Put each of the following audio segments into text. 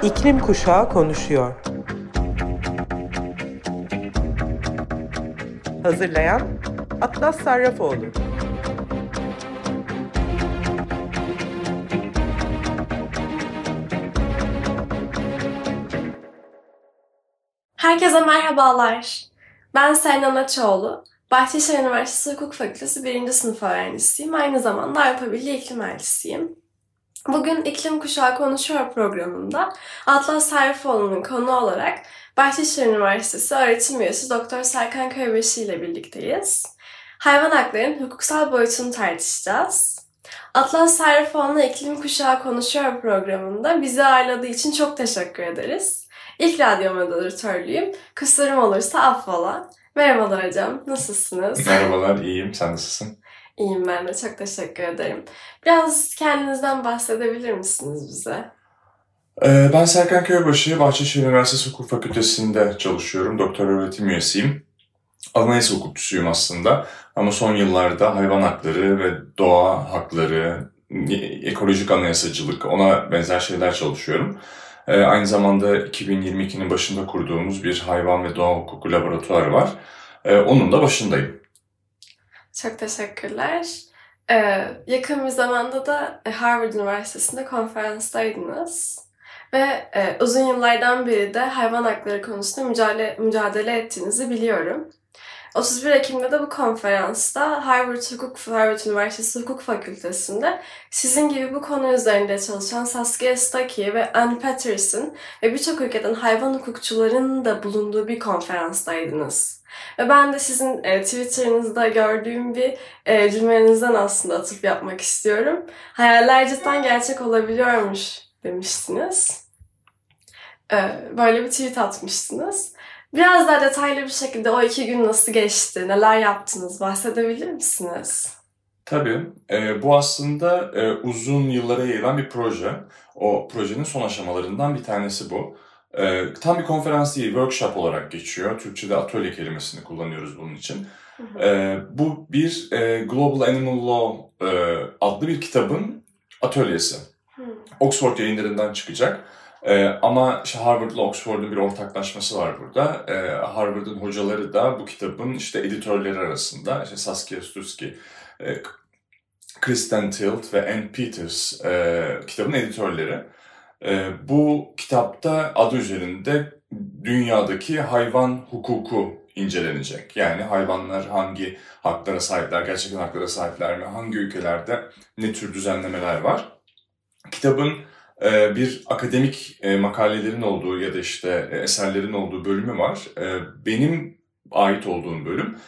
İklim Kuşağı konuşuyor. Hazırlayan Atlas Sarrafoğlu. Herkese merhabalar. Ben Selin Anaçoğlu. Bahçeşehir Üniversitesi Hukuk Fakültesi 1. sınıf öğrencisiyim. Aynı zamanda Avrupa Birliği iklim elçisiyim. Bugün İklim Kuşağı Konuşuyor programında Atlas Sarrafoğlu'nun konu olarak Bahçeşehir Üniversitesi öğretim üyesi Dr. Serkan Köybaşı ile birlikteyiz. Hayvan haklarının hukuksal boyutunu tartışacağız. Atlas Sarrafoğlu'na İklim Kuşağı Konuşuyor programında bizi ağırladığı için çok teşekkür ederiz. İlk radyo moderatörlüğüm. Kusurum olursa affola. Merhabalar hocam, nasılsınız? Merhabalar, iyiyim. Sen nasılsın? İyiyim ben de, çok teşekkür ederim. Biraz kendinizden bahsedebilir misiniz bize? Ben Serkan Köybaşı, Bahçeşehir Üniversitesi Hukuk Fakültesi'nde çalışıyorum. Doktor öğretim üyesiyim. Anayasa hukukçusuyum aslında. Ama son yıllarda hayvan hakları ve doğa hakları, ekolojik anayasacılık, ona benzer şeyler çalışıyorum. Aynı zamanda 2022'nin başında kurduğumuz bir hayvan ve doğa hukuku laboratuvarı var. Onun da başındayım. Çok teşekkürler. Yakın bir zamanda da Harvard Üniversitesi'nde konferanstaydınız. Ve uzun yıllardan beri de hayvan hakları konusunda mücadele ettiğinizi biliyorum. 31 Ekim'de de bu konferansta Harvard Üniversitesi Hukuk Fakültesi'nde sizin gibi bu konu üzerinde çalışan Saskia Stuckey ve Ann Patterson ve birçok ülkeden hayvan hukukçuların da bulunduğu bir konferanstaydınız. Ve ben de sizin Twitter'ınızda gördüğüm bir cümlenizden aslında atıf yapmak istiyorum. Hayaller cidden gerçek olabiliyormuş demiştiniz. Böyle bir tweet atmıştınız. Biraz daha detaylı bir şekilde o 2 gün nasıl geçti, neler yaptınız bahsedebilir misiniz? Tabii. Bu aslında uzun yıllara yayılan bir proje. O projenin son aşamalarından bir tanesi bu. Tam bir konferans değil, workshop olarak geçiyor. Türkçe'de atölye kelimesini kullanıyoruz bunun için. Bu bir Global Animal Law adlı bir kitabın atölyesi. Oxford yayınlarından çıkacak. Ama işte Harvard'la Oxford'un bir ortaklaşması var burada. Harvard'ın hocaları da bu kitabın işte editörleri arasında. İşte Saskia Stuckey, Kristen Tilt ve Ann Peters kitabın editörleri. Bu kitapta adı üzerinde dünyadaki hayvan hukuku incelenecek. Yani hayvanlar hangi haklara sahipler, gerçekten haklara sahipler mi, hangi ülkelerde ne tür düzenlemeler var. Kitabın bir akademik makalelerin olduğu ya da işte eserlerin olduğu bölümü var. Benim ait olduğum bölüm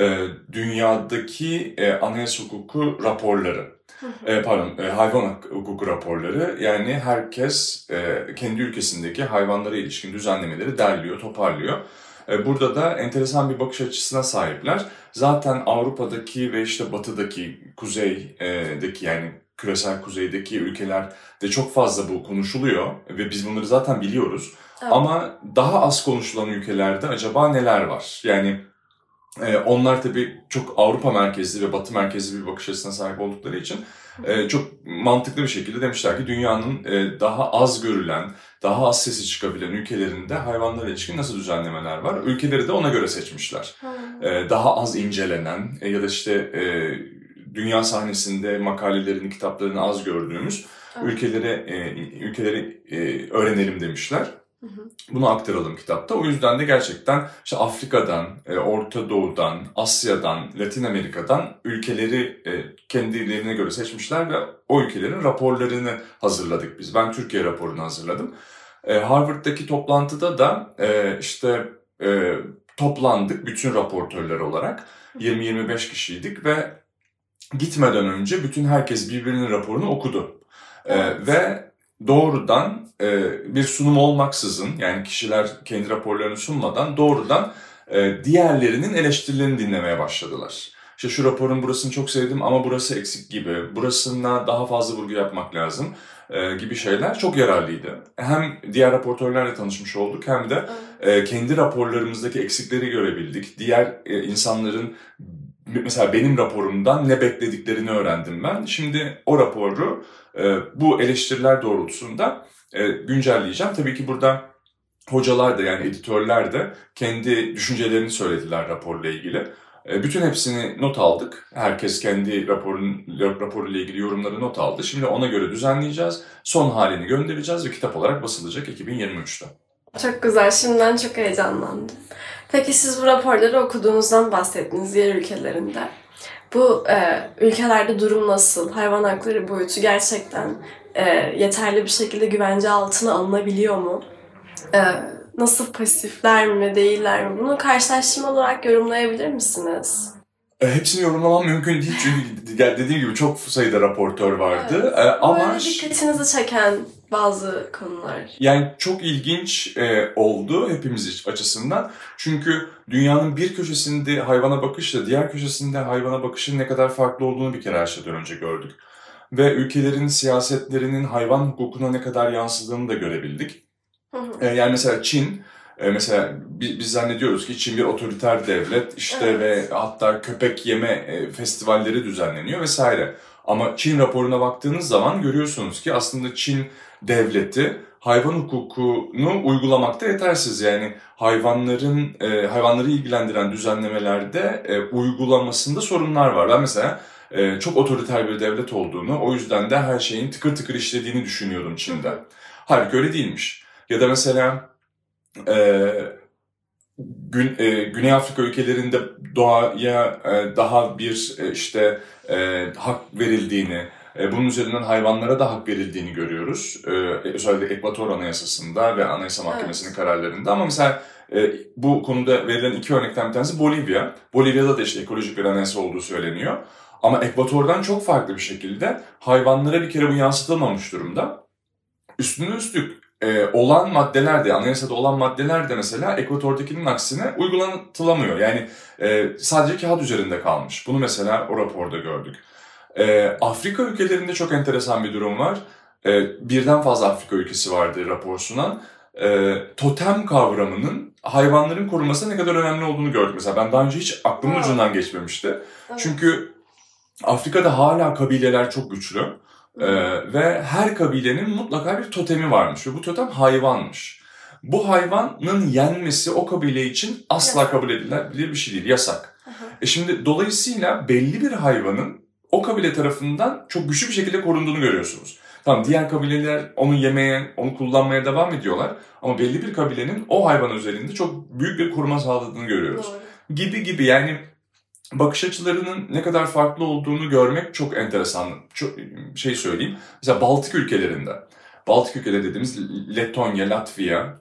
dünyadaki anayasa hukuku raporları. Hayvan hukuku raporları. Yani herkes kendi ülkesindeki hayvanlara ilişkin düzenlemeleri derliyor, toparlıyor. Burada da enteresan bir bakış açısına sahipler. Zaten Avrupa'daki ve işte Batı'daki, Kuzey'deki yani küresel kuzeydeki ülkelerde çok fazla bu konuşuluyor ve biz bunları zaten biliyoruz. Evet. Ama daha az konuşulan ülkelerde acaba neler var? Yani onlar tabii çok Avrupa merkezli ve Batı merkezli bir bakış açısına sahip oldukları için çok mantıklı bir şekilde demişler ki dünyanın daha az görülen, daha az sesi çıkabilen ülkelerinde hayvanlara ilişkin nasıl düzenlemeler var? Ülkeleri de ona göre seçmişler. Daha az incelenen ya da işte dünya sahnesinde makalelerini, kitaplarını az gördüğümüz ülkeleri öğrenelim demişler. Bunu aktaralım kitapta. O yüzden de gerçekten işte Afrika'dan, Orta Doğu'dan, Asya'dan, Latin Amerika'dan ülkeleri kendilerine göre seçmişler ve o ülkelerin raporlarını hazırladık biz. Ben Türkiye raporunu hazırladım. Harvard'daki toplantıda da toplandık bütün raportörler olarak. 20-25 kişiydik ve gitmeden önce bütün herkes birbirinin raporunu okudu. Evet. Ve doğrudan bir sunum olmaksızın yani kişiler kendi raporlarını sunmadan doğrudan diğerlerinin eleştirilerini dinlemeye başladılar. İşte şu raporun burasını çok sevdim ama burası eksik gibi, burasına daha fazla vurgu yapmak lazım gibi şeyler çok yararlıydı. Hem diğer raportörlerle tanışmış olduk hem de kendi raporlarımızdaki eksikleri görebildik. Diğer insanların mesela benim raporumdan ne beklediklerini öğrendim ben. Şimdi o raporu bu eleştiriler doğrultusunda güncelleyeceğim. Tabii ki burada hocalar da yani editörler de kendi düşüncelerini söylediler raporla ilgili. Bütün hepsini not aldık. Herkes kendi raporuyla ilgili yorumları not aldı. Şimdi ona göre düzenleyeceğiz. Son halini göndereceğiz ve kitap olarak basılacak 2023'te. Çok güzel. Şimdiden çok heyecanlandım. Peki siz bu raporları okuduğunuzdan bahsettiniz diğer ülkelerinde. Bu ülkelerde durum nasıl? Hayvan hakları boyutu gerçekten yeterli bir şekilde güvence altına alınabiliyor mu? Nasıl, pasifler mi, değiller mi? Bunu karşılaştırma olarak yorumlayabilir misiniz? Hepsini yorumlamam mümkün değil çünkü dediğim gibi çok sayıda raportör vardı. Evet. Ama dikkatinizi çeken bazı konular. Yani çok ilginç oldu hepimiz açısından. Çünkü dünyanın bir köşesinde hayvana bakışla diğer köşesinde hayvana bakışın ne kadar farklı olduğunu bir kere her şeyden önce gördük. Ve ülkelerin siyasetlerinin hayvan hukukuna ne kadar yansıdığını da görebildik. Yani mesela Çin, mesela biz zannediyoruz ki Çin bir otoriter devlet işte evet. Ve hatta köpek yeme festivalleri düzenleniyor vesaire. Ama Çin raporuna baktığınız zaman görüyorsunuz ki aslında Çin devleti hayvan hukukunu uygulamakta yetersiz. Yani hayvanları ilgilendiren düzenlemelerde uygulamasında sorunlar var. Ben mesela çok otoriter bir devlet olduğunu, o yüzden de her şeyin tıkır tıkır işlediğini düşünüyordum Çin'de. Halbuki öyle değilmiş. Ya da mesela Güney Afrika ülkelerinde doğaya daha bir hak verildiğini, bunun üzerinden hayvanlara da hak verildiğini görüyoruz. Özellikle Ekvator Anayasası'nda ve Anayasa Mahkemesi'nin kararlarında. Ama mesela bu konuda verilen iki örnekten bir tanesi Bolivya. Bolivya'da da işte ekolojik bir anayasa olduğu söyleniyor. Ama Ekvator'dan çok farklı bir şekilde hayvanlara bir kere bu yansıtılmamış durumda. Üstüne üstlük olan maddeler de, anayasada olan maddeler de mesela Ekvator'dakinin aksine uygulatılamıyor. Yani sadece kağıt üzerinde kalmış. Bunu mesela o raporda gördük. Afrika ülkelerinde çok enteresan bir durum var. Birden fazla Afrika ülkesi vardı rapor sunan. Totem kavramının hayvanların korunmasına ne kadar önemli olduğunu gördük. Mesela ben daha önce hiç aklımın ucundan geçmemişti. Evet. Çünkü Afrika'da hala kabileler çok güçlü. Ve her kabilenin mutlaka bir totemi varmış ve bu totem hayvanmış. Bu hayvanın yenmesi o kabile için asla kabul edilebilir bir şey değil, yasak. Şimdi dolayısıyla belli bir hayvanın o kabile tarafından çok güçlü bir şekilde korunduğunu görüyorsunuz. Tamam, diğer kabileler onu yemeye, onu kullanmaya devam ediyorlar ama belli bir kabilenin o hayvan üzerinde çok büyük bir koruma sağladığını görüyoruz. Doğru. Gibi yani bakış açılarının ne kadar farklı olduğunu görmek çok enteresan. Çok söyleyeyim. Mesela Baltık ülkelerinde dediğimiz Letonya, Latvia,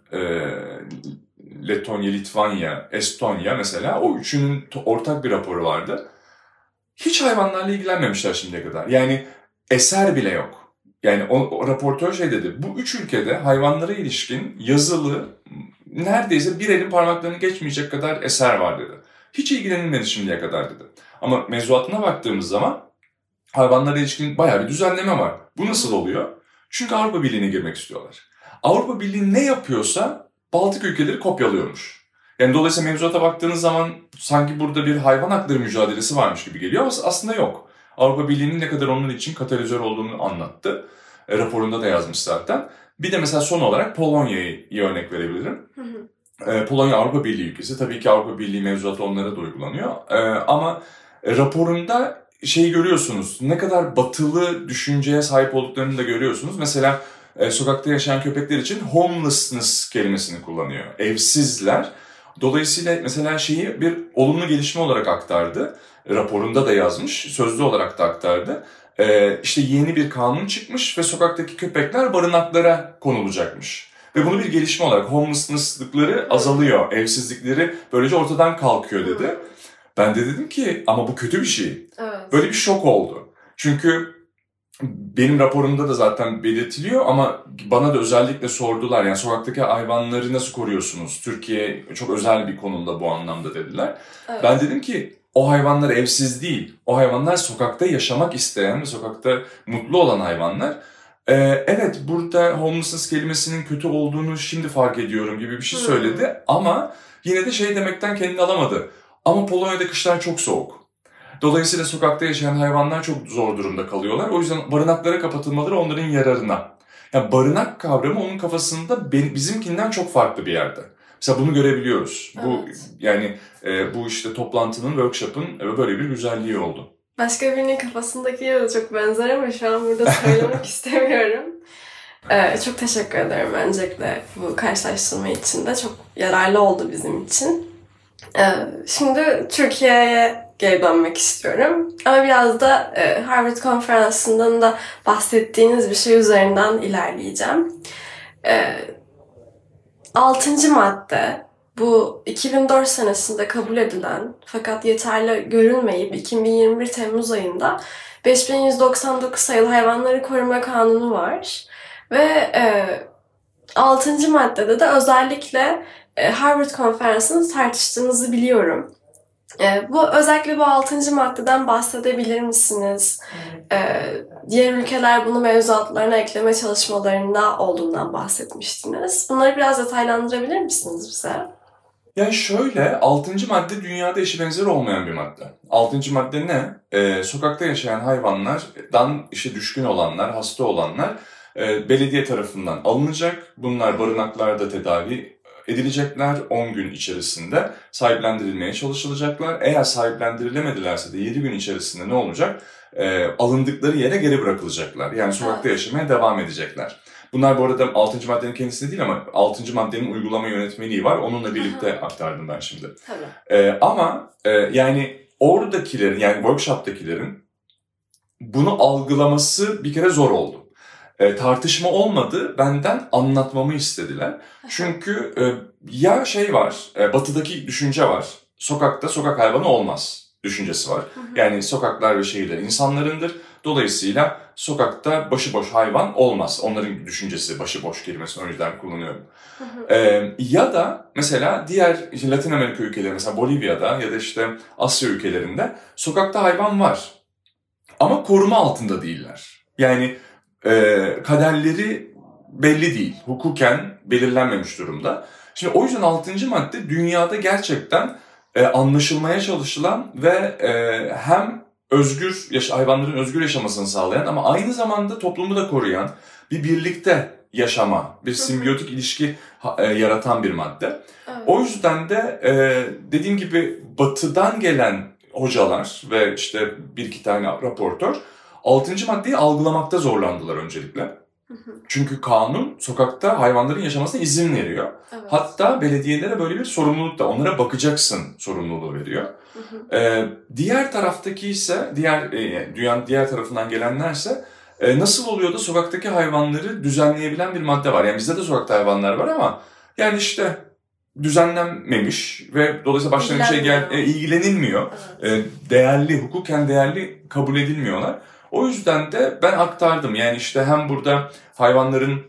Litvanya, Estonya mesela o üçünün ortak bir raporu vardı. Hiç hayvanlarla ilgilenmemişler şimdiye kadar. Yani eser bile yok. Yani o raportör dedi. Bu üç ülkede hayvanlara ilişkin yazılı neredeyse bir elin parmaklarını geçmeyecek kadar eser var dedi. Hiç ilgilenilmedi şimdiye kadar dedi. Ama mevzuatına baktığımız zaman hayvanlara ilişkin bayağı bir düzenleme var. Bu nasıl oluyor? Çünkü Avrupa Birliği'ne girmek istiyorlar. Avrupa Birliği ne yapıyorsa Baltık ülkeleri kopyalıyormuş. Yani dolayısıyla mevzuata baktığınız zaman sanki burada bir hayvan hakları mücadelesi varmış gibi geliyor ama aslında yok. Avrupa Birliği'nin ne kadar onun için katalizör olduğunu anlattı. Raporunda da yazmış zaten. Bir de mesela son olarak Polonya'yı örnek verebilirim. Polonya Avrupa Birliği ülkesi. Tabii ki Avrupa Birliği mevzuatı onlara da uygulanıyor. Ama raporunda görüyorsunuz. Ne kadar batılı düşünceye sahip olduklarını da görüyorsunuz. Mesela sokakta yaşayan köpekler için homelessness kelimesini kullanıyor. Evsizler. Dolayısıyla mesela bir olumlu gelişme olarak aktardı. Raporunda da yazmış. Sözlü olarak da aktardı. İşte yeni bir kanun çıkmış ve sokaktaki köpekler barınaklara konulacakmış. Ve bunu bir gelişme olarak homelessness'lıkları azalıyor, evsizlikleri böylece ortadan kalkıyor dedi. Ben de dedim ki ama bu kötü bir şey. Evet. Böyle bir şok oldu. Çünkü benim raporumda da zaten belirtiliyor ama bana da özellikle sordular. Yani sokaktaki hayvanları nasıl koruyorsunuz? Türkiye çok özel bir konumda bu anlamda dediler. Evet. Ben dedim ki o hayvanlar evsiz değil. O hayvanlar sokakta yaşamak isteyen ve sokakta mutlu olan hayvanlar. Evet, burada homelessness kelimesinin kötü olduğunu şimdi fark ediyorum gibi bir şey söyledi. Ama yine de demekten kendini alamadı. Ama Polonya'da kışlar çok soğuk. Dolayısıyla sokakta yaşayan hayvanlar çok zor durumda kalıyorlar. O yüzden barınaklara kapatılmaları onların yararına. Yani barınak kavramı onun kafasında bizimkinden çok farklı bir yerde. Mesela bunu görebiliyoruz. Evet. Bu yani bu işte toplantının, workshop'ın böyle bir güzelliği oldu. Başka birinin kafasındakiyle de çok benzer ama şu an burada söylemek istemiyorum. Çok teşekkür ederim öncelikle bu karşılaştırma için de. Çok yararlı oldu bizim için. Şimdi Türkiye'ye geri dönmek istiyorum. Ama biraz da Harvard Konferansı'ndan da bahsettiğiniz bir şey üzerinden ilerleyeceğim. 6. madde bu 2004 senesinde kabul edilen fakat yeterli görülmeyip 2021 Temmuz ayında 5199 sayılı Hayvanları Koruma Kanunu var. Ve 6. maddede de özellikle Harvard Konferansı'nı tartıştığınızı biliyorum. Özellikle bu 6. maddeden bahsedebilir misiniz? Diğer ülkeler bunu mevzuatlarına ekleme çalışmalarında olduğundan bahsetmiştiniz. Bunları biraz detaylandırabilir misiniz bize? Yani şöyle, 6. madde dünyada eşi benzeri olmayan bir madde. 6. madde ne? Sokakta yaşayan hayvanlardan işe düşkün olanlar, hasta olanlar belediye tarafından alınacak. Bunlar barınaklarda tedavi edilecekler. 10 gün içerisinde sahiplendirilmeye çalışılacaklar. Eğer sahiplendirilemedilerse de 7 gün içerisinde ne olacak? Alındıkları yere geri bırakılacaklar. Yani sokakta yaşamaya devam edecekler. Bunlar bu arada 6. maddenin kendisi değil ama 6. maddenin uygulama yönetmeliği var. Onunla birlikte aktardım ben şimdi. Tabii. Ama yani oradakilerin, yani workshop'takilerin bunu algılaması bir kere zor oldu. Tartışma olmadı, benden anlatmamı istediler. Çünkü ya şey var, batıdaki düşünce var, sokakta sokak hayvanı olmaz düşüncesi var. Yani sokaklar ve şehirler insanlarındır. Dolayısıyla sokakta başıboş hayvan olmaz. Onların düşüncesi, başıboş kelimesini o yüzden kullanıyorum. Ya da mesela diğer Latin Amerika ülkeleri, mesela Bolivya'da ya da işte Asya ülkelerinde sokakta hayvan var. Ama koruma altında değiller. Yani kaderleri belli değil. Hukuken belirlenmemiş durumda. Şimdi o yüzden 6. madde dünyada gerçekten anlaşılmaya çalışılan ve hem hayvanların özgür yaşamasını sağlayan ama aynı zamanda toplumu da koruyan bir birlikte yaşama, bir simbiyotik ilişki yaratan bir madde. Evet. O yüzden de dediğim gibi batıdan gelen hocalar ve işte bir iki tane raportör 6. maddeyi algılamakta zorlandılar öncelikle. Çünkü kanun sokakta hayvanların yaşamasına izin veriyor. Evet. Hatta belediyelere böyle bir sorumluluk da, onlara bakacaksın sorumluluğu veriyor. Diğer taraftaki ise, dünyanın diğer tarafından gelenlerse nasıl oluyor da sokaktaki hayvanları düzenleyebilen bir madde var. Yani bizde de sokakta hayvanlar var ama yani işte düzenlenmemiş ve dolayısıyla baştan bir şey ilgilenilmiyor. Evet. Hukuken değerli kabul edilmiyorlar. O yüzden de ben aktardım. Yani işte hem burada hayvanların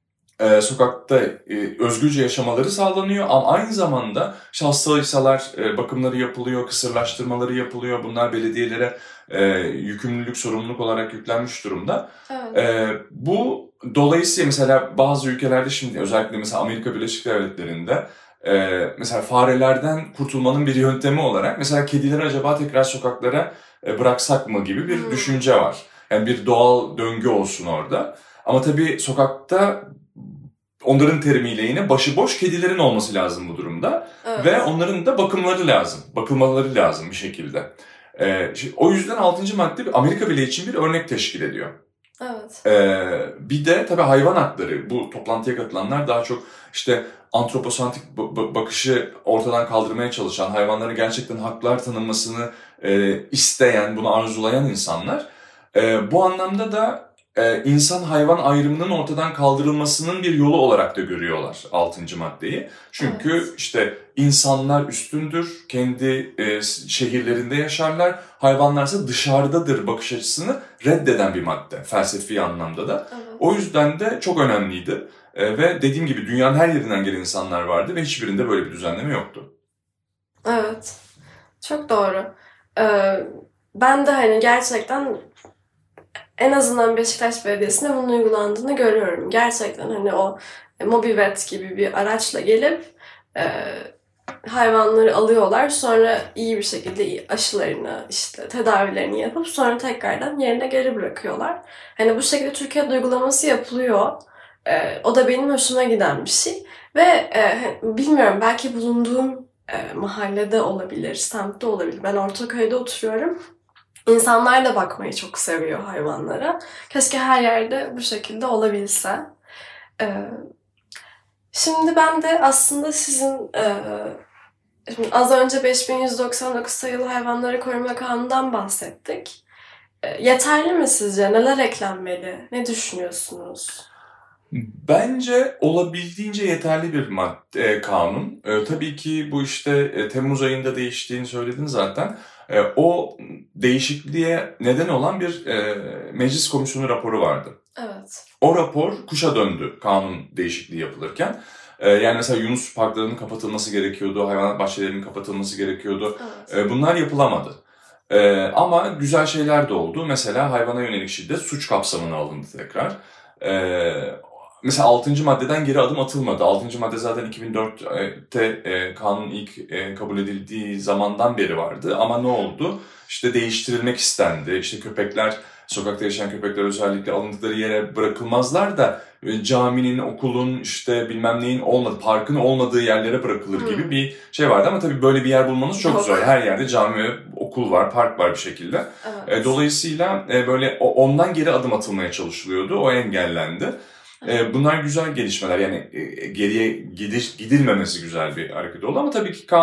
sokakta özgürce yaşamaları sağlanıyor ama aynı zamanda hastaysalar bakımları yapılıyor, kısırlaştırmaları yapılıyor. Bunlar belediyelere yükümlülük, sorumluluk olarak yüklenmiş durumda. Evet. Bu dolayısıyla mesela bazı ülkelerde şimdi özellikle mesela Amerika Birleşik Devletleri'nde mesela farelerden kurtulmanın bir yöntemi olarak mesela kedileri acaba tekrar sokaklara bıraksak mı gibi bir düşünce var. Yani bir doğal döngü olsun orada. Ama tabii sokakta onların terimiyle yine başıboş kedilerin olması lazım bu durumda. Evet. Ve onların da bakılmaları lazım bir şekilde. O yüzden 6. madde Amerika bile için bir örnek teşkil ediyor. Evet. Bir de tabii hayvan hakları. Bu toplantıya katılanlar daha çok işte antroposantrik bakışı ortadan kaldırmaya çalışan, hayvanlara gerçekten haklar tanınmasını isteyen, bunu arzulayan insanlar. Bu anlamda da insan hayvan ayrımının ortadan kaldırılmasının bir yolu olarak da görüyorlar 6. maddeyi. Çünkü işte insanlar üstündür, kendi şehirlerinde yaşarlar, hayvanlarsa dışarıdadır bakış açısını reddeden bir madde felsefi anlamda da. Evet. O yüzden de çok önemliydi ve dediğim gibi dünyanın her yerinden gelen insanlar vardı ve hiçbirinde böyle bir düzenleme yoktu. Evet, çok doğru. Ben de hani gerçekten en azından Beşiktaş Belediyesi'nde bunun uygulandığını görüyorum. Gerçekten hani o MobiVet gibi bir araçla gelip hayvanları alıyorlar. Sonra iyi bir şekilde aşılarını, işte tedavilerini yapıp sonra tekrardan yerine geri bırakıyorlar. Hani bu şekilde Türkiye'de uygulaması yapılıyor. O da benim hoşuma giden bir şey. Ve bilmiyorum, belki bulunduğum mahallede olabilir, semtte olabilir. Ben Ortaköy'de oturuyorum. İnsanlar da bakmayı çok seviyor hayvanlara. Keşke her yerde bu şekilde olabilse. Şimdi ben de aslında sizin şimdi az önce 5199 sayılı Hayvanları Koruma Kanunu'ndan bahsettik. Yeterli mi sizce? Neler eklenmeli? Ne düşünüyorsunuz? Bence olabildiğince yeterli bir kanun. Tabii ki bu işte Temmuz ayında değiştiğini söyledin zaten. O değişikliğe neden olan bir meclis komisyonu raporu vardı. Evet. O rapor kuşa döndü kanun değişikliği yapılırken. Yani mesela Yunus parklarının kapatılması gerekiyordu, hayvanat bahçelerinin kapatılması gerekiyordu. Evet. Bunlar yapılamadı. Ama güzel şeyler de oldu. Mesela hayvana yönelik şiddet suç kapsamına alındı tekrar. Mesela 6. maddeden geri adım atılmadı. 6. madde zaten 2004'te kanun ilk kabul edildiği zamandan beri vardı. Ama ne oldu? İşte değiştirilmek istendi. İşte köpekler, sokakta yaşayan köpekler özellikle alındıkları yere bırakılmazlar da caminin, okulun, işte bilmem neyin olmadığı, parkın olmadığı yerlere bırakılır gibi bir şey vardı. Ama tabii böyle bir yer bulmanız çok zor. Her yerde cami ve okul var, park var bir şekilde. Evet. Dolayısıyla böyle ondan geri adım atılmaya çalışılıyordu. O engellendi. Bunlar güzel gelişmeler. Yani geriye gidilmemesi güzel bir hareket oldu. Ama tabii ki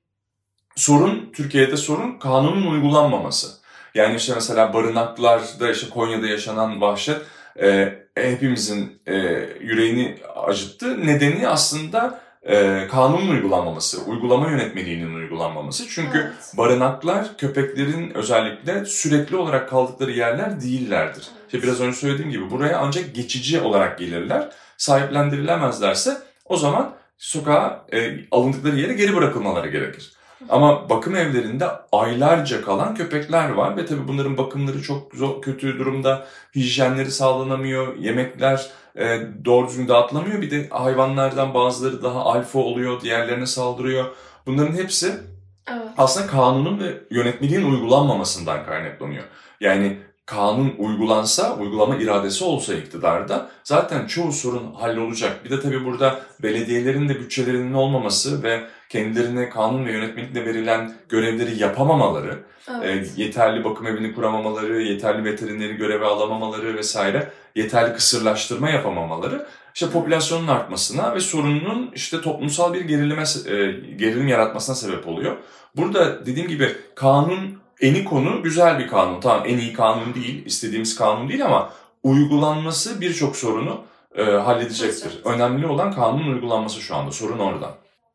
Türkiye'de sorun kanunun uygulanmaması. Yani işte mesela barınaklarda, işte Konya'da yaşanan vahşet hepimizin yüreğini acıttı. Nedeni aslında kanunun uygulanmaması, uygulama yönetmeliğinin uygulanmaması. Çünkü barınaklar köpeklerin özellikle sürekli olarak kaldıkları yerler değillerdir. İşte biraz önce söylediğim gibi buraya ancak geçici olarak gelirler. Sahiplendirilemezlerse o zaman sokağa alındıkları yere geri bırakılmaları gerekir. Ama bakım evlerinde aylarca kalan köpekler var ve tabii bunların bakımları çok kötü durumda, hijyenleri sağlanamıyor, yemekler doğru düzgün dağıtılamıyor. Bir de hayvanlardan bazıları daha alfa oluyor, diğerlerine saldırıyor. Bunların hepsi aslında kanunun ve yönetmeliğin uygulanmamasından kaynaklanıyor. Yani kanun uygulansa, uygulama iradesi olsa iktidarda zaten çoğu sorun hallolacak. Bir de tabii burada belediyelerin de bütçelerinin olmaması ve kendilerine kanun ve yönetmelikle verilen görevleri yapamamaları, yeterli bakım evini kuramamaları, yeterli veterineri göreve alamamaları vesaire, yeterli kısırlaştırma yapamamaları, işte popülasyonun artmasına ve sorunun işte toplumsal bir gerilim yaratmasına sebep oluyor. Burada dediğim gibi kanun eni konu güzel bir kanun. Tamam, en iyi kanun değil, istediğimiz kanun değil ama uygulanması birçok sorunu halledecektir. Önemli olan kanunun uygulanması şu anda. Sorun orada.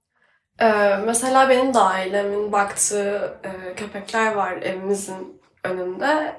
Mesela benim de ailemin baktığı köpekler var evimizin önünde.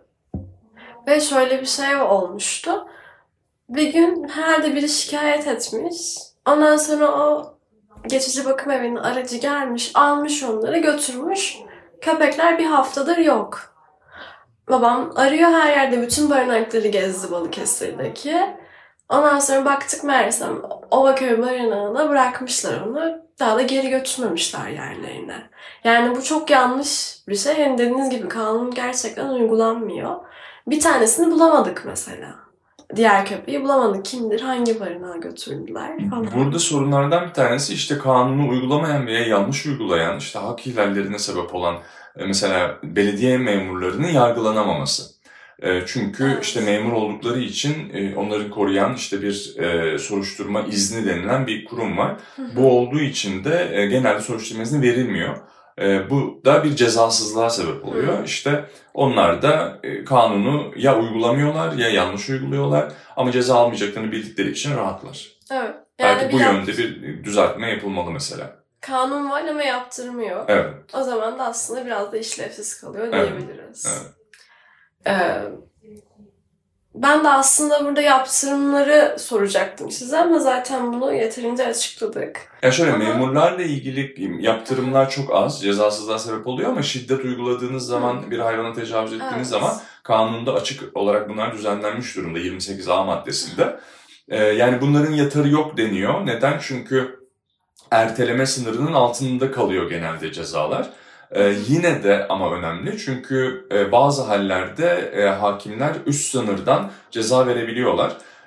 Ve şöyle bir şey olmuştu. Bir gün herhalde biri şikayet etmiş. Ondan sonra o geçici bakım evinin aracı gelmiş, almış onları götürmüş. Köpekler bir haftadır yok. Babam arıyor, her yerde bütün barınakları gezdi Balıkesir'deki. Ondan sonra baktık meğersem Ovaköy barınağına bırakmışlar onu. Daha da geri götürmemişler yerlerine. Yani bu çok yanlış bir şey. Yani dediğiniz gibi kanun gerçekten uygulanmıyor. Bir tanesini bulamadık mesela. Diğer köpeği bulamadık. Kimdir, hangi barınağa götürdüler falan. Burada sorunlardan bir tanesi işte kanunu uygulamayan veya yanlış uygulayan, işte hak ihlallerine sebep olan mesela belediye memurlarının yargılanamaması. Çünkü işte memur oldukları için onları koruyan işte bir soruşturma izni denilen bir kurum var. Bu olduğu için de genelde soruşturma izni verilmiyor. Bu da bir cezasızlığa sebep oluyor. İşte onlar da kanunu ya uygulamıyorlar ya yanlış uyguluyorlar ama ceza almayacaklarını bildikleri için rahatlar. Evet. Yani belki bu yönde bir düzeltme yapılmalı mesela. Kanun var ama yaptırmıyor. Evet. O zaman da aslında biraz da işlevsiz kalıyor diyebiliriz. Evet. Ben de aslında burada yaptırımları soracaktım size ama zaten bunu yeterince açıkladık. Ya şöyle memurlarla ilgili yaptırımlar çok az, cezasızlığa sebep oluyor ama şiddet uyguladığınız zaman, bir hayvana tecavüz ettiğiniz zaman kanunda açık olarak bunlar düzenlenmiş durumda 28A maddesinde. Yani bunların yatarı yok deniyor. Neden? Çünkü erteleme sınırının altında kalıyor genelde cezalar. Yine de ama önemli çünkü bazı hallerde hakimler üst sınırdan ceza verebiliyorlar.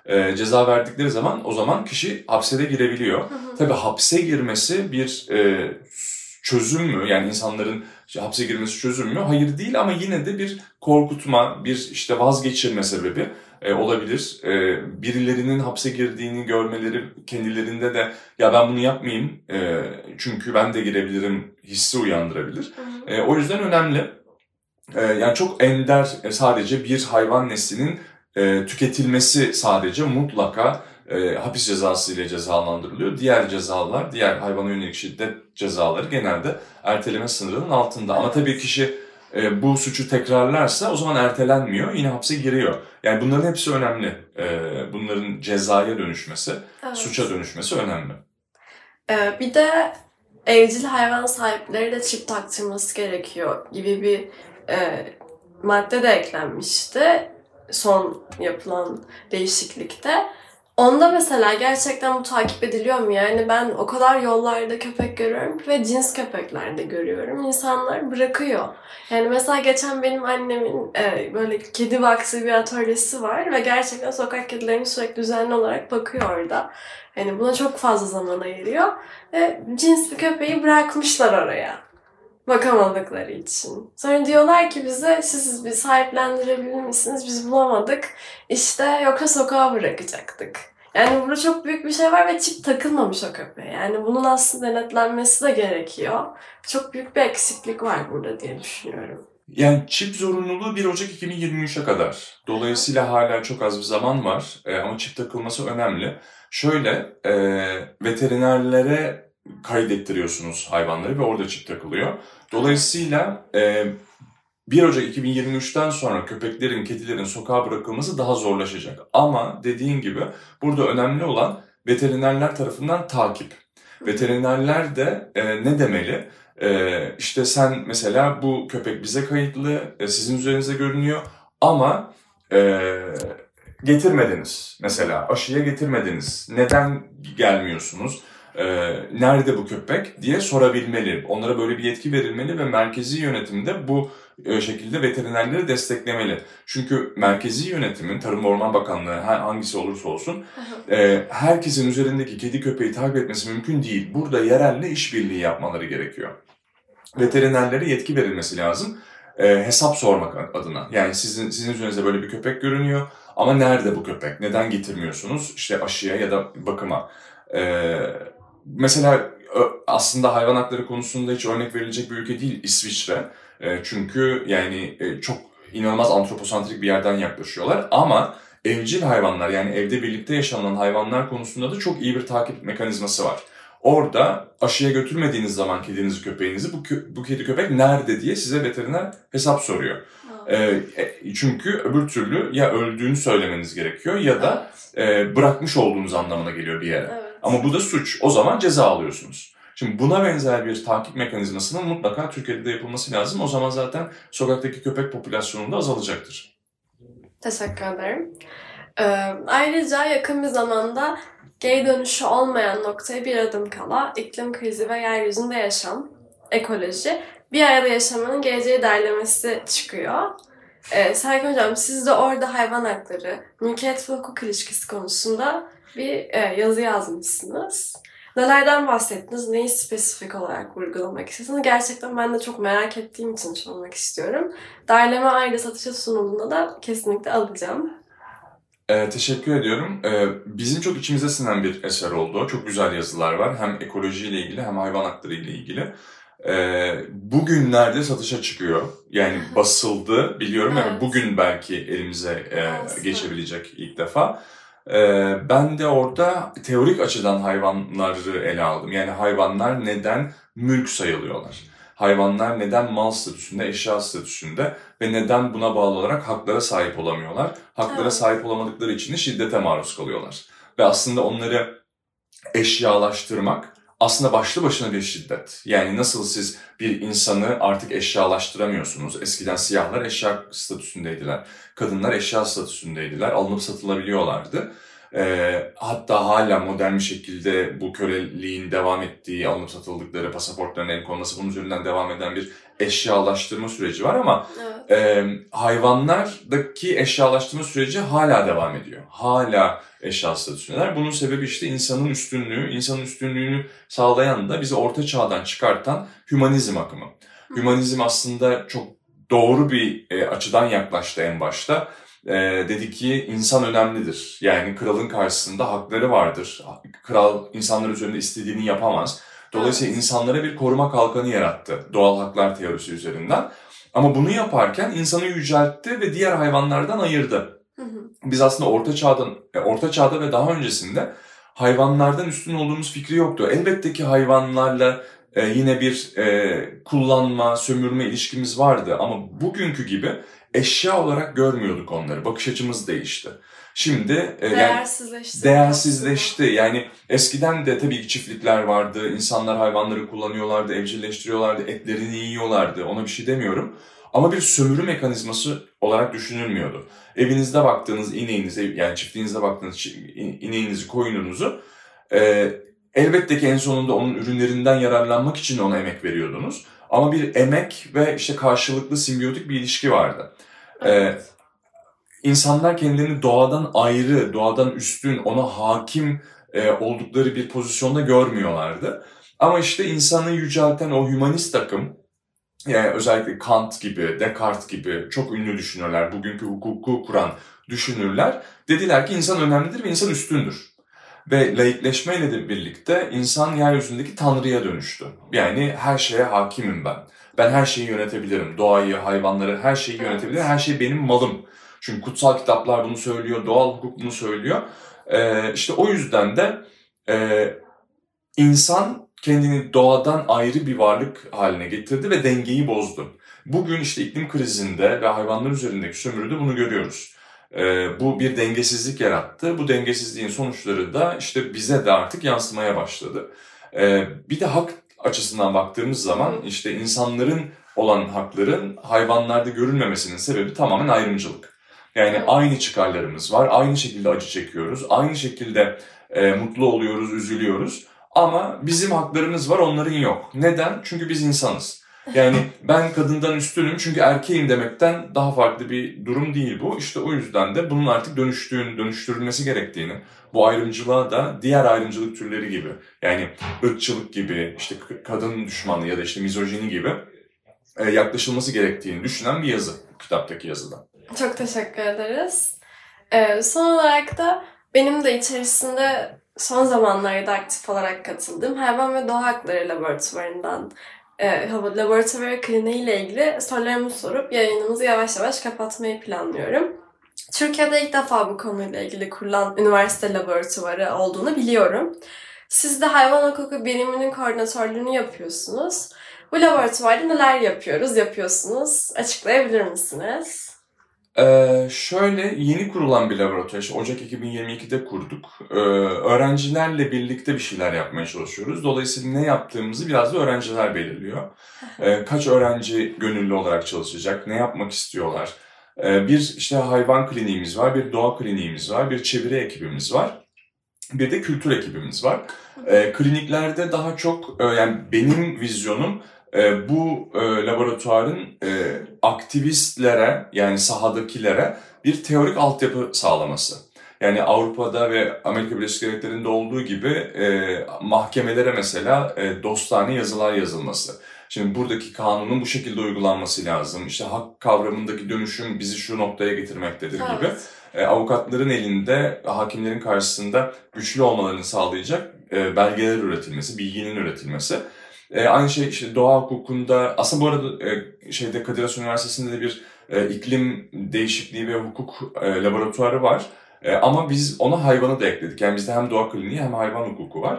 ceza verdikleri zaman o zaman kişi hapse de girebiliyor. Tabii hapse girmesi bir çözüm mü? Yani insanların hapse girmesi çözüm mü? Hayır değil ama yine de bir korkutma, bir işte vazgeçirme sebebi olabilir. Birilerinin hapse girdiğini görmeleri kendilerinde de ya ben bunu yapmayayım çünkü ben de girebilirim hissi uyandırabilir. O yüzden önemli. Yani çok ender sadece bir hayvan neslinin tüketilmesi sadece mutlaka hapis cezası ile cezalandırılıyor. Diğer cezalar, diğer hayvana yönelik şiddet cezaları genelde erteleme sınırının altında. Ama tabii kişi bu suçu tekrarlarsa o zaman ertelenmiyor, yine hapse giriyor. Yani bunların hepsi önemli. Bunların cezaya dönüşmesi, suça dönüşmesi önemli. Bir de evcil hayvan sahipleri de çip taktırması gerekiyor gibi bir madde de eklenmişti son yapılan değişiklikte. Onda mesela gerçekten bu takip ediliyor mu? Yani ben o kadar yollarda köpek görüyorum ve cins köpekler de görüyorum. İnsanlar bırakıyor. Yani mesela geçen benim annemin böyle kedi baksı bir atölyesi var ve gerçekten sokak kedilerini sürekli düzenli olarak bakıyor orada. Yani buna çok fazla zaman ayırıyor ve cins bir köpeği bırakmışlar oraya. Bakamadıkları için. Sonra diyorlar ki bize siz bir sahiplendirebilir misiniz? Biz bulamadık. İşte yoksa sokağa bırakacaktık. Yani burada çok büyük bir şey var ve çip takılmamış o köpeğe. Yani bunun aslında denetlenmesi de gerekiyor. Çok büyük bir eksiklik var burada diye düşünüyorum. Yani çip zorunluluğu 1 Ocak 2023'e kadar. Dolayısıyla hala çok az bir zaman var ama çip takılması önemli. Şöyle veterinerlere kaydettiriyorsunuz hayvanları ve orada çip takılıyor. Dolayısıyla 1 Ocak 2023'ten sonra köpeklerin, kedilerin sokağa bırakılması daha zorlaşacak. Ama dediğin gibi burada önemli olan veterinerler tarafından takip. Veterinerler de ne demeli? İşte sen mesela bu köpek bize kayıtlı, sizin üzerinize görünüyor ama getirmediniz mesela, aşıya getirmediniz. Neden gelmiyorsunuz? Nerede bu köpek diye sorabilmeli. Onlara böyle bir yetki verilmeli ve merkezi yönetimde bu şekilde veterinerleri desteklemeli. Çünkü merkezi yönetimin, Tarım ve Orman Bakanlığı hangisi olursa olsun herkesin üzerindeki kedi köpeği takip etmesi mümkün değil. Burada yerelle işbirliği yapmaları gerekiyor. Veterinerlere yetki verilmesi lazım. Hesap sormak adına. Yani sizin üzerinizde böyle bir köpek görünüyor ama nerede bu köpek? Neden getirmiyorsunuz? İşte aşıya ya da bakıma. Mesela aslında hayvan hakları konusunda hiç örnek verilecek bir ülke değil İsviçre. Çünkü yani çok inanılmaz antroposantrik bir yerden yaklaşıyorlar. Ama evcil hayvanlar yani evde birlikte yaşanan hayvanlar konusunda da çok iyi bir takip mekanizması var. Orada aşıya götürmediğiniz zaman kedinizi, köpeğinizi bu kedi köpek nerede diye size veteriner hesap soruyor. Çünkü öbür türlü ya öldüğünü söylemeniz gerekiyor ya da bırakmış olduğunuz anlamına geliyor bir yere. Evet. Ama bu da suç. O zaman ceza alıyorsunuz. Şimdi buna benzer bir takip mekanizmasının mutlaka Türkiye'de de yapılması lazım. O zaman zaten sokaktaki köpek popülasyonu da azalacaktır. Teşekkür ederim. Ayrıca yakın bir zamanda geri dönüşü olmayan noktaya bir adım kala iklim krizi ve yeryüzünde yaşam, ekoloji, bir arada yaşamanın geleceği derlemesi çıkıyor. Serkan Hocam siz de orada hayvan hakları, mülkiyet ve hukuk ilişkisi konusunda bir yazı yazmışsınız. Nelerden bahsettiniz, neyi spesifik olarak vurgulamak istiyorsunuz? Gerçekten ben de çok merak ettiğim için sormak istiyorum. Derleme ayrıca satışa sunulduğunda da kesinlikle alacağım. Teşekkür ediyorum. Bizim çok içimize sinen bir eser oldu. Çok güzel yazılar var. Hem ekolojiyle ilgili hem hayvan hakları ile ilgili. Bugünlerde satışa çıkıyor. Yani basıldı biliyorum ama bugün belki elimize geçebilecek ilk defa. Ben de orada teorik açıdan hayvanları ele aldım. Yani hayvanlar neden mülk sayılıyorlar? Hayvanlar neden mal statüsünde, eşya statüsünde ve neden buna bağlı olarak haklara sahip olamıyorlar? Haklara sahip olamadıkları için de şiddete maruz kalıyorlar. Ve aslında onları eşyalaştırmak aslında başlı başına bir şiddet. Yani nasıl siz bir insanı artık eşyalaştıramıyorsunuz. Eskiden siyahlar eşya statüsündeydiler. Kadınlar eşya statüsündeydiler. Alınıp satılabiliyorlardı. Hatta hala modern bir şekilde bu köleliğin devam ettiği, alınıp satıldıkları, pasaportların el konması, bunun üzerinden devam eden bir eşyalaştırma süreci var ama hayvanlardaki eşyalaştırma süreci hala devam ediyor. Hala eşya statüsündeler. Bunun sebebi işte insanın üstünlüğünü sağlayan da bizi orta çağdan çıkartan hümanizm akımı. Hümanizm aslında çok doğru bir açıdan yaklaştı en başta. Dedi ki insan önemlidir. Yani kralın karşısında hakları vardır. Kral insanlar üzerinde istediğini yapamaz. Dolayısıyla insanlara bir koruma kalkanı yarattı doğal haklar teorisi üzerinden. Ama bunu yaparken insanı yüceltti ve diğer hayvanlardan ayırdı. Biz aslında Orta Çağ'da ve daha öncesinde hayvanlardan üstün olduğumuz fikri yoktu. Elbette ki hayvanlarla yine bir kullanma, sömürme ilişkimiz vardı ama bugünkü gibi eşya olarak görmüyorduk onları. Bakış açımız değişti. Şimdi değersizleşti. Yani eskiden de tabii ki çiftlikler vardı. İnsanlar hayvanları kullanıyorlardı, evcilleştiriyorlardı, etlerini yiyorlardı. Ona bir şey demiyorum. Ama bir sömürü mekanizması olarak düşünülmüyordu. Evinizde baktığınız ineğinizi, yani çiftliğinizde baktığınız ineğinizi, koyununuzu elbette ki en sonunda onun ürünlerinden yararlanmak için ona emek veriyordunuz. Ama bir emek ve işte karşılıklı simbiyotik bir ilişki vardı. Evet. İnsanlar kendilerini doğadan ayrı, doğadan üstün, ona hakim oldukları bir pozisyonda görmüyorlardı. Ama işte insanı yücelten o hümanist akım, yani özellikle Kant gibi, Descartes gibi çok ünlü düşünürler, bugünkü hukuku kuran düşünürler, dediler ki insan önemlidir ve insan üstündür. Ve laikleşmeyle de birlikte insan yeryüzündeki tanrıya dönüştü. Yani her şeye hakimim ben. Ben her şeyi yönetebilirim. Doğayı, hayvanları, her şeyi yönetebilirim. Her şey benim malım. Çünkü kutsal kitaplar bunu söylüyor, doğal hukuk bunu söylüyor. İşte o yüzden de insan kendini doğadan ayrı bir varlık haline getirdi ve dengeyi bozdu. Bugün işte iklim krizinde ve hayvanlar üzerindeki sömürüde bunu görüyoruz. Bu bir dengesizlik yarattı. Bu dengesizliğin sonuçları da işte bize de artık yansımaya başladı. Bir de hak açısından baktığımız zaman işte insanların olan hakların hayvanlarda görülmemesinin sebebi tamamen ayrımcılık. Yani aynı çıkarlarımız var, aynı şekilde acı çekiyoruz, aynı şekilde mutlu oluyoruz, üzülüyoruz. Ama bizim haklarımız var, onların yok. Neden? Çünkü biz insanız. Yani ben kadından üstünüm çünkü erkeğim demekten daha farklı bir durum değil bu. İşte o yüzden de bunun artık dönüştürülmesi gerektiğini, bu ayrımcılığa da diğer ayrımcılık türleri gibi, yani ırkçılık gibi, işte kadın düşmanlığı ya da işte mizojini gibi yaklaşılması gerektiğini düşünen bir yazı, kitaptaki yazıda. Çok teşekkür ederiz. Son olarak da benim de içerisinde son zamanlarda aktif olarak katıldığım Hayvan ve Doğa Hakları Laboratuvarı'ndan laboratuvar kliniği ile ilgili sorularımı sorup yayınımızı yavaş yavaş kapatmayı planlıyorum. Türkiye'de ilk defa bu konuyla ilgili kurulan üniversite laboratuvarı olduğunu biliyorum. Siz de hayvan hukuku biriminin koordinatörlüğünü yapıyorsunuz. Bu laboratuvarda neler yapıyorsunuz? Açıklayabilir misiniz? Şöyle yeni kurulan bir laboratuvar, işte Ocak 2022'de kurduk. Öğrencilerle birlikte bir şeyler yapmaya çalışıyoruz. Dolayısıyla ne yaptığımızı biraz da öğrenciler belirliyor. Kaç öğrenci gönüllü olarak çalışacak, ne yapmak istiyorlar. Bir işte hayvan kliniğimiz var, bir doğa kliniğimiz var, bir çeviri ekibimiz var. Bir de kültür ekibimiz var. Kliniklerde daha çok, yani benim vizyonum bu laboratuvarın aktivistlere, yani sahadakilere bir teorik altyapı sağlaması. Yani Avrupa'da ve Amerika Birleşik Devletleri'nde olduğu gibi mahkemelere mesela dostane yazılar yazılması. Şimdi buradaki kanunun bu şekilde uygulanması lazım. İşte hak kavramındaki dönüşüm bizi şu noktaya getirmektedir gibi. Avukatların elinde, hakimlerin karşısında güçlü olmalarını sağlayacak belgeler üretilmesi, bilginin üretilmesi. Aynı şey işte doğa hukukunda, aslında bu arada Kadir Has Üniversitesi'nde de bir iklim değişikliği ve hukuk laboratuvarı var. Ama biz ona hayvanı da ekledik. Yani bizde hem doğa kliniği hem hayvan hukuku var.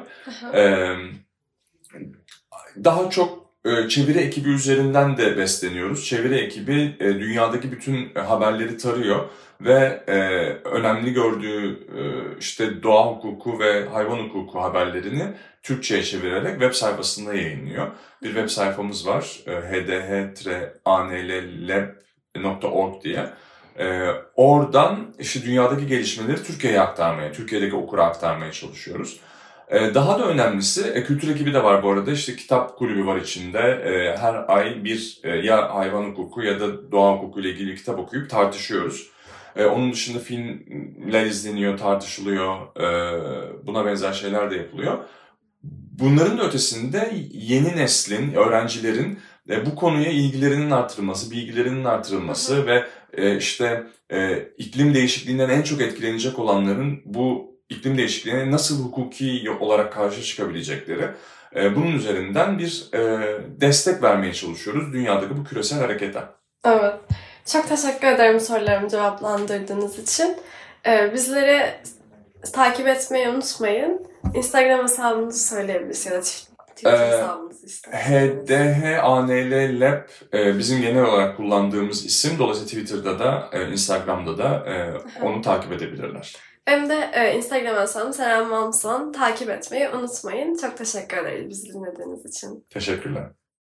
Daha çok çeviri ekibi üzerinden de besleniyoruz. Çeviri ekibi dünyadaki bütün haberleri tarıyor ve önemli gördüğü işte doğa hukuku ve hayvan hukuku haberlerini Türkçe'ye çevirerek web sayfasında yayınlıyor. Bir web sayfamız var, hdh-anll.org diye. Oradan işte dünyadaki gelişmeleri Türkiye'ye aktarmaya, Türkiye'deki okura aktarmaya çalışıyoruz. Daha da önemlisi kültür ekibi de var bu arada. İşte kitap kulübü var içinde. Her ay bir ya hayvan hukuku ya da doğa hukuku ile ilgili kitap okuyup tartışıyoruz. Onun dışında filmler izleniyor, tartışılıyor. Buna benzer şeyler de yapılıyor. Bunların da ötesinde yeni neslin, öğrencilerin bu konuya ilgilerinin artırılması, bilgilerinin artırılması ve işte iklim değişikliğinden en çok etkilenecek olanların bu iklim değişikliğine nasıl hukuki olarak karşı çıkabilecekleri, bunun üzerinden bir destek vermeye çalışıyoruz dünyadaki bu küresel harekete. Evet. Çok teşekkür ederim sorularımı cevaplandırdığınız için. Bizleri takip etmeyi unutmayın. Instagram hesabınızı söyleyebilirsiniz ya da Twitter hesabınızı isterseniz. HDHANL Lab bizim genel olarak kullandığımız isim. Dolayısıyla Twitter'da da Instagram'da da onu takip edebilirler. Hem de Instagram hesabım Seren Mamson takip etmeyi unutmayın. Çok teşekkür ederiz bizi dinlediğiniz için. Teşekkürler.